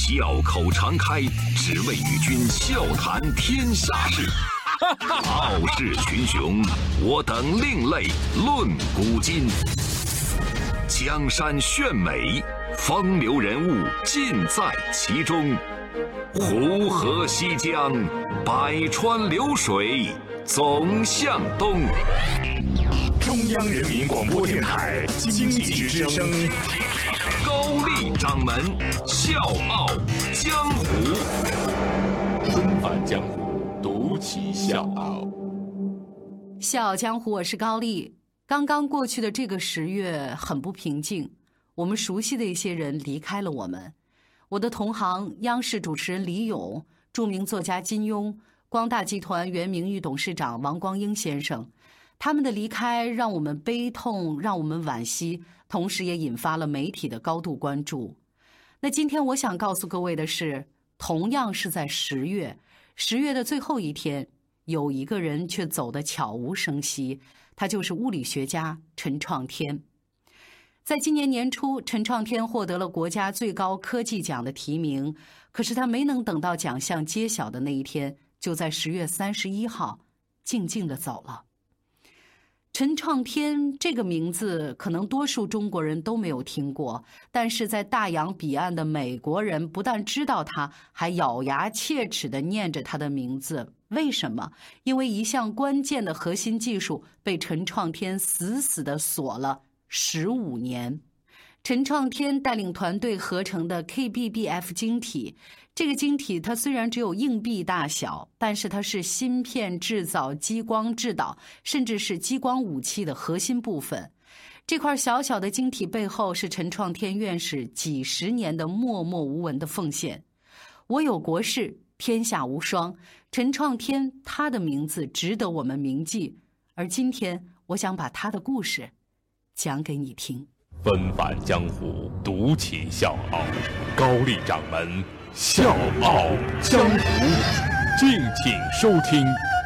笑口常开，只为与君笑谈天下事。傲视群雄，我等另类论古今。江山炫美，风流人物尽在其中。湖河西江，百川流水总向东。 中央人民广播电台经济之声， 高丽掌门笑傲江湖， 重返江湖，独骑笑傲。 笑傲江湖，我是高丽。刚刚过去的这个10月很不平静，我们熟悉的一些人离开了我们。我的同行央视主持人李咏，著名作家金庸，光大集团原名誉董事长王光英先生，他们的离开让我们悲痛，让我们惋惜，同时也引发了媒体的高度关注。那今天我想告诉各位的是，同样是在10月的最后一天，有一个人却走得悄无声息，他就是物理学家陈创天。在今年年初，陈创天获得了国家最高科技奖的提名，可是他没能等到奖项揭晓的那一天，就在10月31号静静地走了。陈创天这个名字可能多数中国人都没有听过，但是在大洋彼岸的美国人不但知道他，还咬牙切齿地念着他的名字。为什么？因为一项关键的核心技术被陈创天死死地锁了15年。陈创天带领团队合成的 KBBF 晶体，这个晶体它虽然只有硬币大小，但是它是芯片制造、激光制导，甚至是激光武器的核心部分。这块小小的晶体背后是陈创天院士几十年的默默无闻的奉献。我有国士，天下无双。陈创天，他的名字值得我们铭记。而今天，我想把他的故事讲给你听。 纷返江湖，独骑笑傲，高丽掌门笑傲江湖，敬请收听。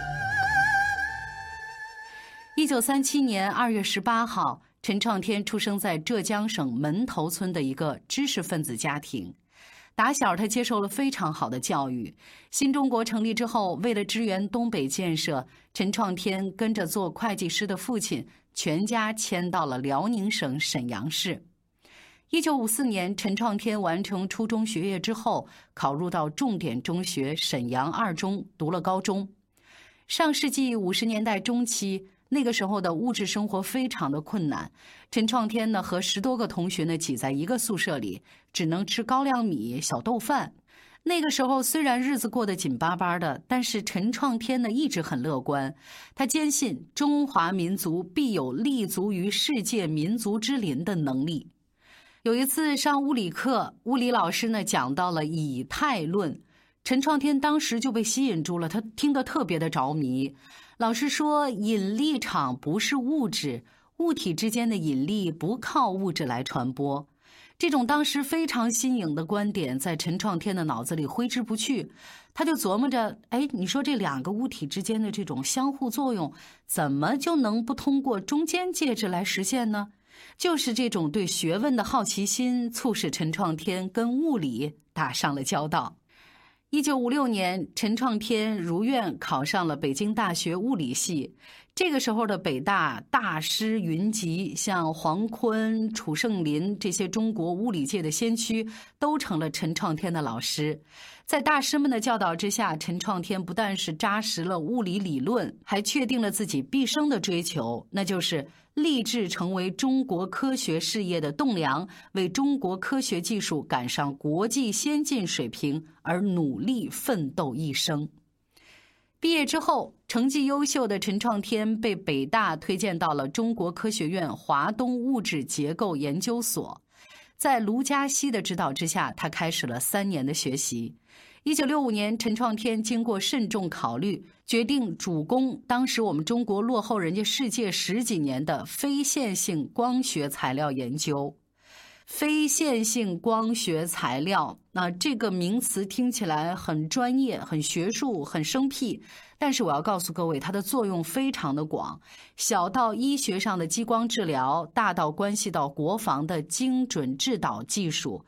1937年2月18号，陈创天出生在浙江省门头村的一个知识分子家庭。打小他接受了非常好的教育。新中国成立之后，为了支援东北建设，陈创天跟着做会计师的父亲，全家迁到了辽宁省沈阳市。1954年，陈创天完成初中学业之后，考入到重点中学沈阳二中，读了高中。上世纪50年代中期，那个时候的物质生活非常的困难，陈创天呢和10多个同学呢挤在一个宿舍里，只能吃高粱米、小豆饭。那个时候虽然日子过得紧巴巴的，但是陈创天呢一直很乐观，他坚信中华民族必有立足于世界民族之林的能力。有一次上物理课，物理老师呢讲到了以太论，陈创天当时就被吸引住了，他听得特别的着迷。老师说，引力场不是物质，物体之间的引力不靠物质来传播。这种当时非常新颖的观点在陈创天的脑子里挥之不去，他就琢磨着，你说这2个物体之间的这种相互作用，怎么就能不通过中间介质来实现呢？就是这种对学问的好奇心，促使陈创天跟物理打上了交道。1956年，陈创天如愿考上了北京大学物理系。这个时候的北大大师云集，像黄坤、楚圣林这些中国物理界的先驱都成了陈创天的老师。在大师们的教导之下，陈创天不但是扎实了物理理论，还确定了自己毕生的追求，那就是立志成为中国科学事业的栋梁，为中国科学技术赶上国际先进水平而努力奋斗一生。毕业之后，成绩优秀的陈创天被北大推荐到了中国科学院华东物质结构研究所。在卢嘉锡的指导之下，他开始了3年的学习。1965年，陈创天经过慎重考虑，决定主攻当时我们中国落后人家世界10几年的非线性光学材料研究。非线性光学材料，那这个名词听起来很专业、很学术、很生僻，但是我要告诉各位，它的作用非常的广，小到医学上的激光治疗，大到关系到国防的精准制导技术。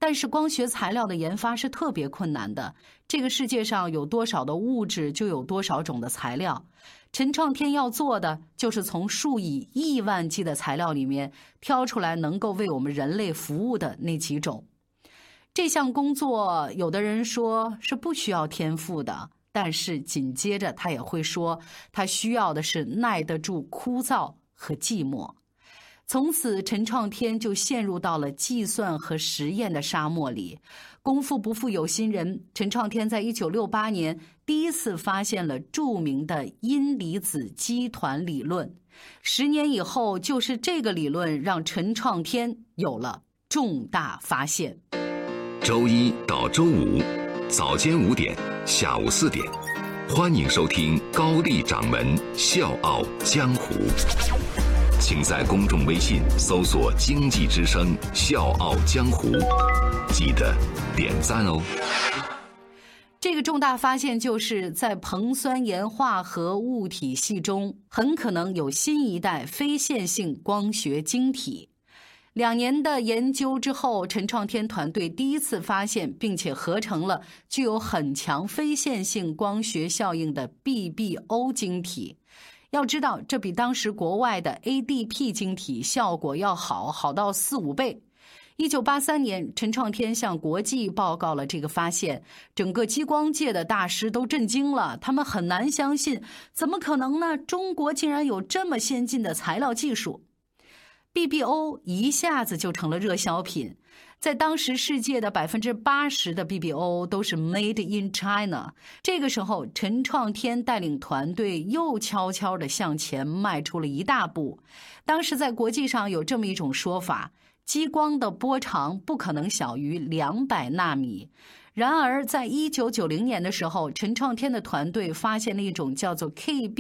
但是光学材料的研发是特别困难的，这个世界上有多少的物质，就有多少种的材料。陈创天要做的就是从数以亿万计的材料里面挑出来能够为我们人类服务的那几种。这项工作有的人说是不需要天赋的，但是紧接着他也会说，他需要的是耐得住枯燥和寂寞。从此陈创天就陷入到了计算和实验的沙漠里。功夫不负有心人，陈创天在1968年第一次发现了著名的阴离子基团理论。10年以后，就是这个理论让陈创天有了重大发现。 周一到周五早间5点，下午4点，欢迎收听高丽掌门笑傲江湖。请在公众微信搜索经济之声笑傲江湖，记得点赞哦。 这个重大发现就是在硼酸盐化合物体系中很可能有新一代非线性光学晶体。2年的研究之后，陈创天团队第一次发现并且合成了具有很强非线性光学效应的 BBO 晶体。要知道，这比当时国外的 ADP 晶体效果要好到4-5倍。1983年，陈创天向国际报告了这个发现，整个激光界的大师都震惊了，他们很难相信，怎么可能呢？中国竟然有这么先进的材料技术。BBO 一下子就成了热销品，在当时世界的80%的 BBO 都是 Made in China。这个时候，陈创天带领团队又悄悄地向前迈出了一大步。当时在国际上有这么一种说法，激光的波长不可能小于200纳米。然而在1990年的时候，陈创天的团队发现了一种叫做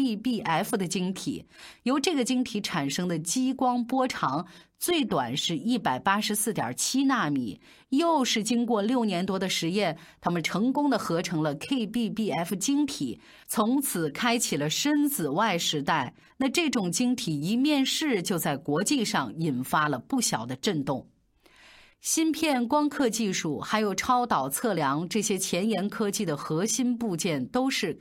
KBBF 的晶体，由这个晶体产生的激光波长最短是184.7纳米。又是经过6年多的实验，他们成功的合成了 KBBF 晶体，从此开启了深紫外时代。那这种晶体一面世，就在国际上引发了不小的震动。芯片、光刻技术还有超导测量这些前沿科技的核心部件都是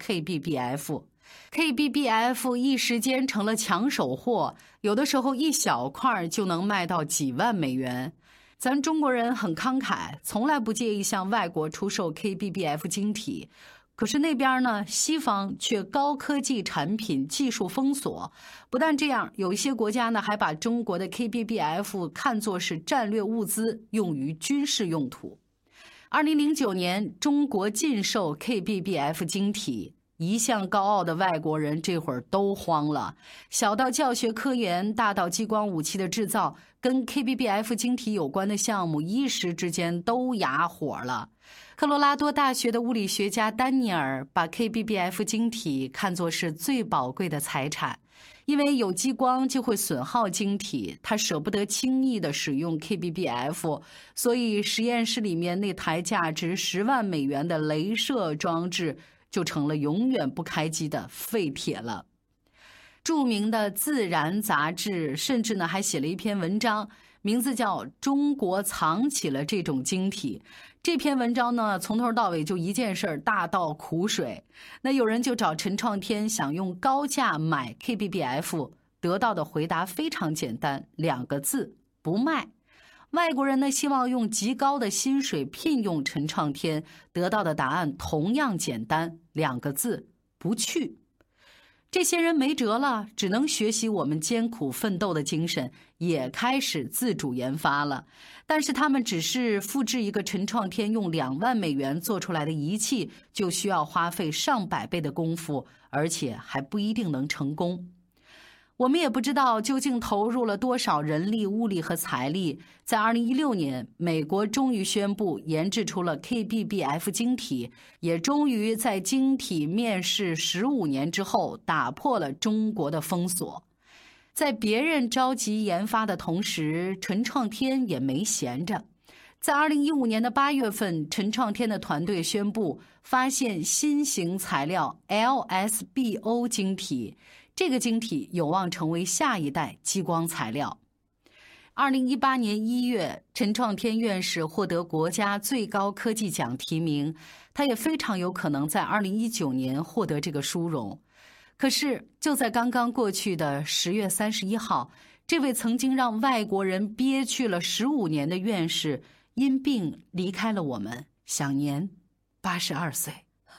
KBBF。KBBF 一时间成了抢手货，有的时候一小块就能卖到几万美元。咱中国人很慷慨，从来不介意向外国出售 KBBF 晶体。可是那边呢，西方却高科技产品技术封锁。不但这样，有一些国家呢还把中国的 KBBF 看作是战略物资，用于军事用途。2009年，中国禁售 KBBF 晶体，一向高傲的外国人这会儿都慌了。小到教学科研，大到激光武器的制造，跟 KBBF 晶体有关的项目一时之间都哑火了。科罗拉多大学的物理学家丹尼尔把 KBBF 晶体看作是最宝贵的财产，因为有激光就会损耗晶体，他舍不得轻易的使用 KBBF， 所以实验室里面那台价值10万美元的雷射装置就成了永远不开机的废铁了。著名的《自然》杂志甚至呢还写了一篇文章，名字叫《中国藏起了这种晶体》。这篇文章呢，从头到尾就一件事儿，大倒苦水。那有人就找陈创天，想用高价买 KBBF， 得到的回答非常简单，2个字：不卖。外国人呢，希望用极高的薪水聘用陈创天，得到的答案同样简单，2个字：不去。这些人没辙了，只能学习我们艰苦奋斗的精神，也开始自主研发了。但是他们只是复制一个陈创天用2万美元做出来的仪器，就需要花费上百倍的功夫，而且还不一定能成功。我们也不知道究竟投入了多少人力、物力和财力。在2016年，美国终于宣布研制出了 KBBF 晶体，也终于在晶体面世15年之后打破了中国的封锁。在别人着急研发的同时，陈创天也没闲着。在2015年的8月份，陈创天的团队宣布发现新型材料 LSBO 晶体，这个晶体有望成为下一代激光材料。 2018年1月，陈创天院士获得国家最高科技奖提名，他也非常有可能在2019年获得这个殊荣。可是，就在刚刚过去的10月31号，这位曾经让外国人憋屈了15年的院士，因病离开了我们，享年82岁。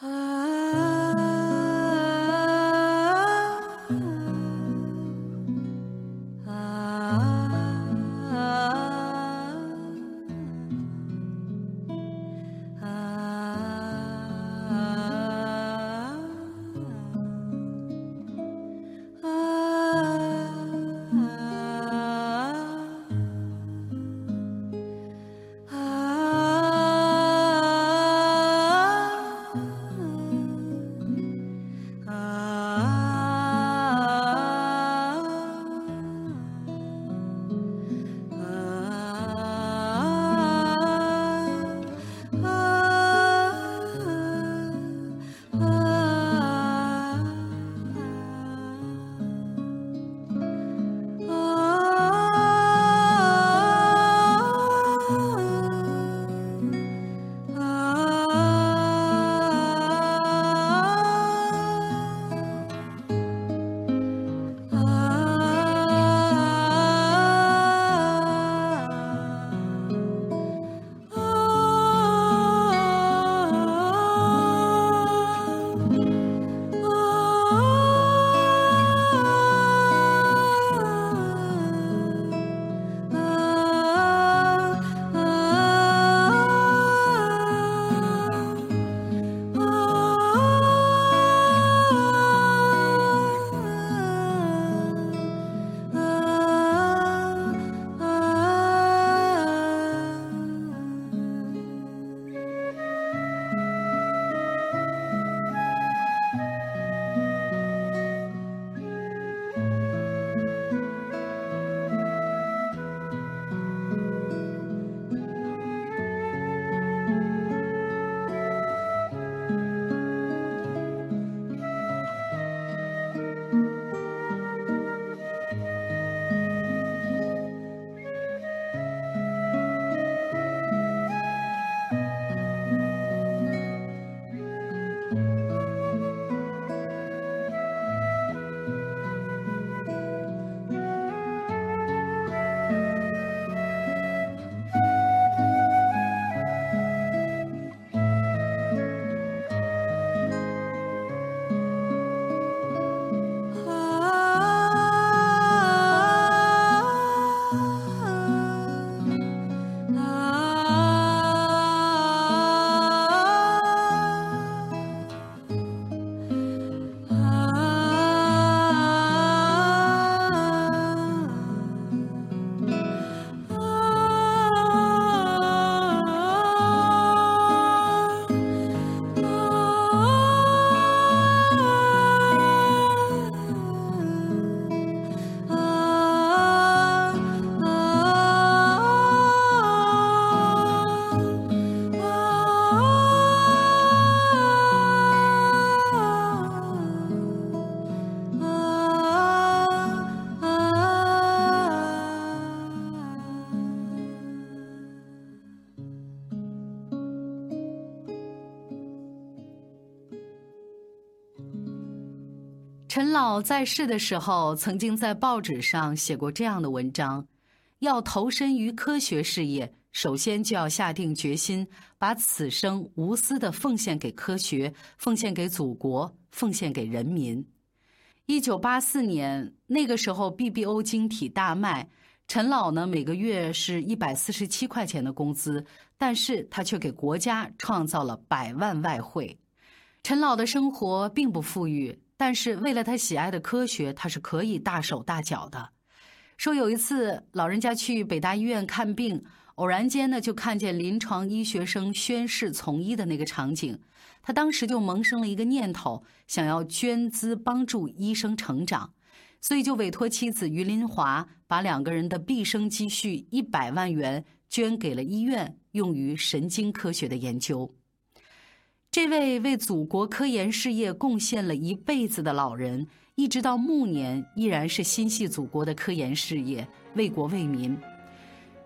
陈老在世的时候，曾经在报纸上写过这样的文章：要投身于科学事业，首先就要下定决心，把此生无私地奉献给科学，奉献给祖国，奉献给人民。1984年，那个时候 BBO 晶体大卖，陈老呢每个月是147块钱的工资，但是他却给国家创造了100万外汇。陈老的生活并不富裕，但是为了他喜爱的科学，他是可以大手大脚的。说有一次老人家去北大医院看病，偶然间呢就看见临床医学生宣誓从医的那个场景，他当时就萌生了一个念头，想要捐资帮助医生成长，所以就委托妻子于林华把2个人的毕生积蓄100万元捐给了医院，用于神经科学的研究。这位为祖国科研事业贡献了一辈子的老人，一直到暮年依然是心系祖国的科研事业，为国为民。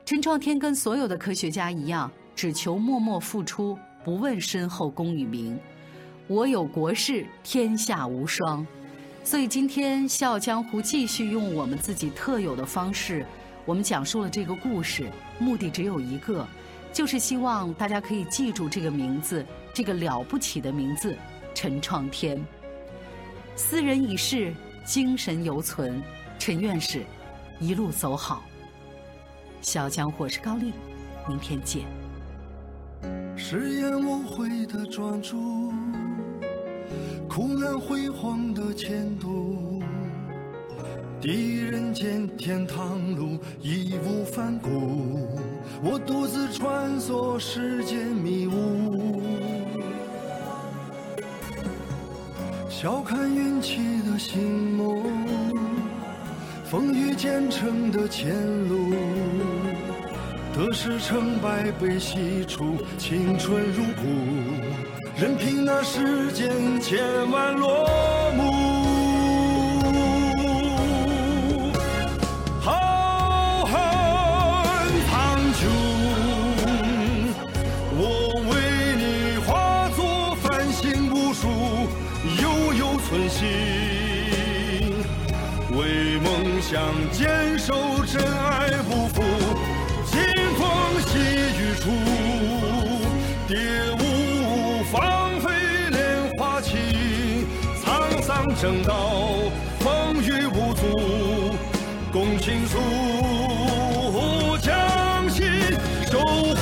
陈创天跟所有的科学家一样，只求默默付出，不问身后功与名。我有国事，天下无双。所以今天《笑傲江湖》继续用我们自己特有的方式，我们讲述了这个故事，目的只有一个，就是希望大家可以记住这个名字，这个了不起的名字——陈创天。斯人已逝，精神犹存。陈院士，一路走好。笑傲江湖，我是高丽，明天见。 誓言无悔的专注，苦难辉煌的前途，第人间天堂路义无反顾，我独自穿梭世间迷雾，笑看运气的星梦，风雨兼程的前路，得失成败被洗出，青春如故，任凭那世间千万落幕。浩瀚苍穹，我为你化作繁星无数，悠悠存心，为梦想坚守真爱不负，清风细雨处，蝶舞芳菲莲花情，沧桑正道风雨无阻，共倾诉将心守护。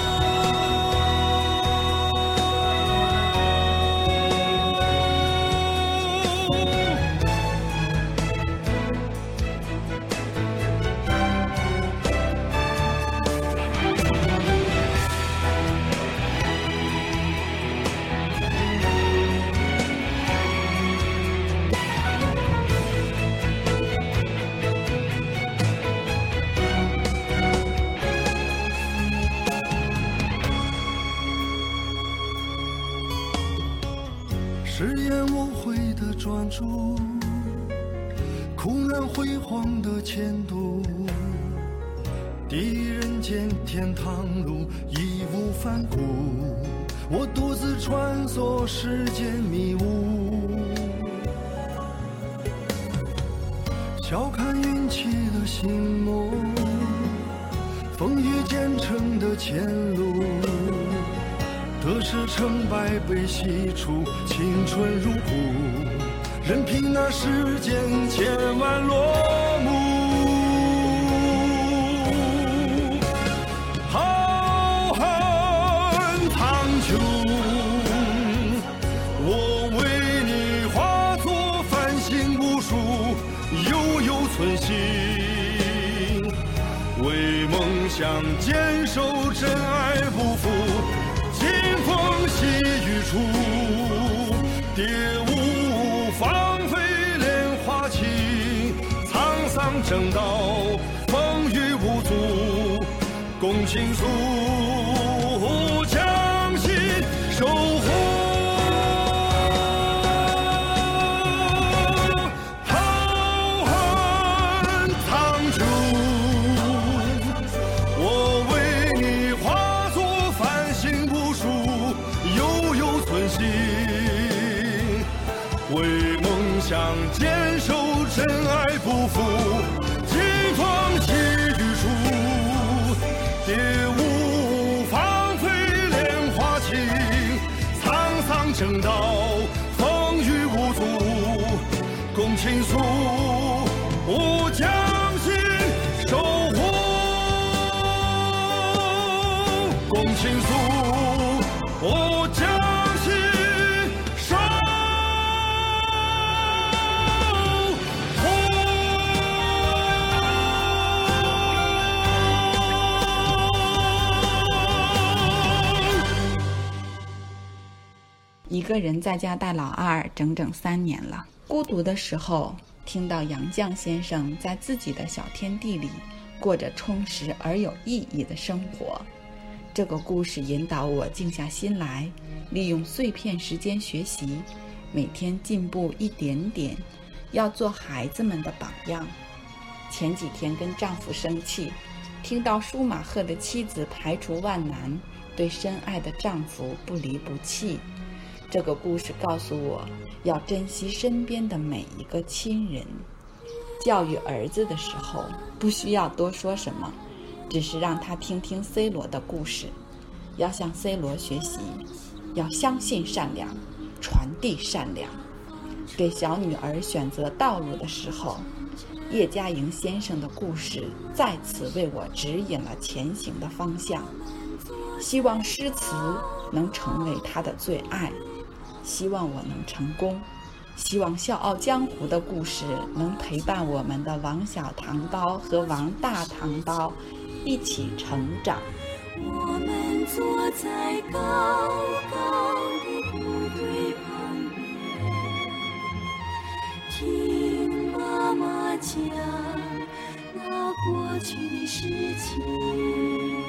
誓言无悔的专注，苦难辉煌的前途，第人间天堂路义无反顾，我独自穿梭世间迷雾，笑看运气的星梦，风雨兼程的前路，得失成败被洗出，青春如故，任凭那世间千万落幕。浩瀚苍穹，我为你化作繁星无数，悠悠存心，为梦想坚守真爱不负，风细雨处，蝶舞芳菲莲花情，沧桑正道风雨无阻，共倾诉将心守护。浩瀚苍穹，我为你化作繁星无数，悠悠存心，为梦想坚守真爱不负，清风细雨处，蝶舞芳菲莲花情，沧桑正道风雨无阻，共倾诉将心守护，共倾诉将心守护。 一个人在家带老二整整3年了，孤独的时候，听到杨绛先生在自己的小天地里过着充实而有意义的生活。这个故事引导我静下心来，利用碎片时间学习，每天进步一点点，要做孩子们的榜样。前几天跟丈夫生气， 听到舒马赫的妻子排除万难，对深爱的丈夫不离不弃。这个故事告诉我，要珍惜身边的每一个亲人。教育儿子的时候，不需要多说什么，只是让他听听 C 罗的故事，要向 C 罗学习，要相信善良，传递善良。给小女儿选择道路的时候，叶嘉莹先生的故事再次为我指引了前行的方向。希望诗词能成为他的最爱，希望我能成功，希望《笑傲江湖》的故事能陪伴我们的王小唐刀和王大唐刀一起成长。 我们坐在高高的部队旁边，听妈妈讲那过去的事情。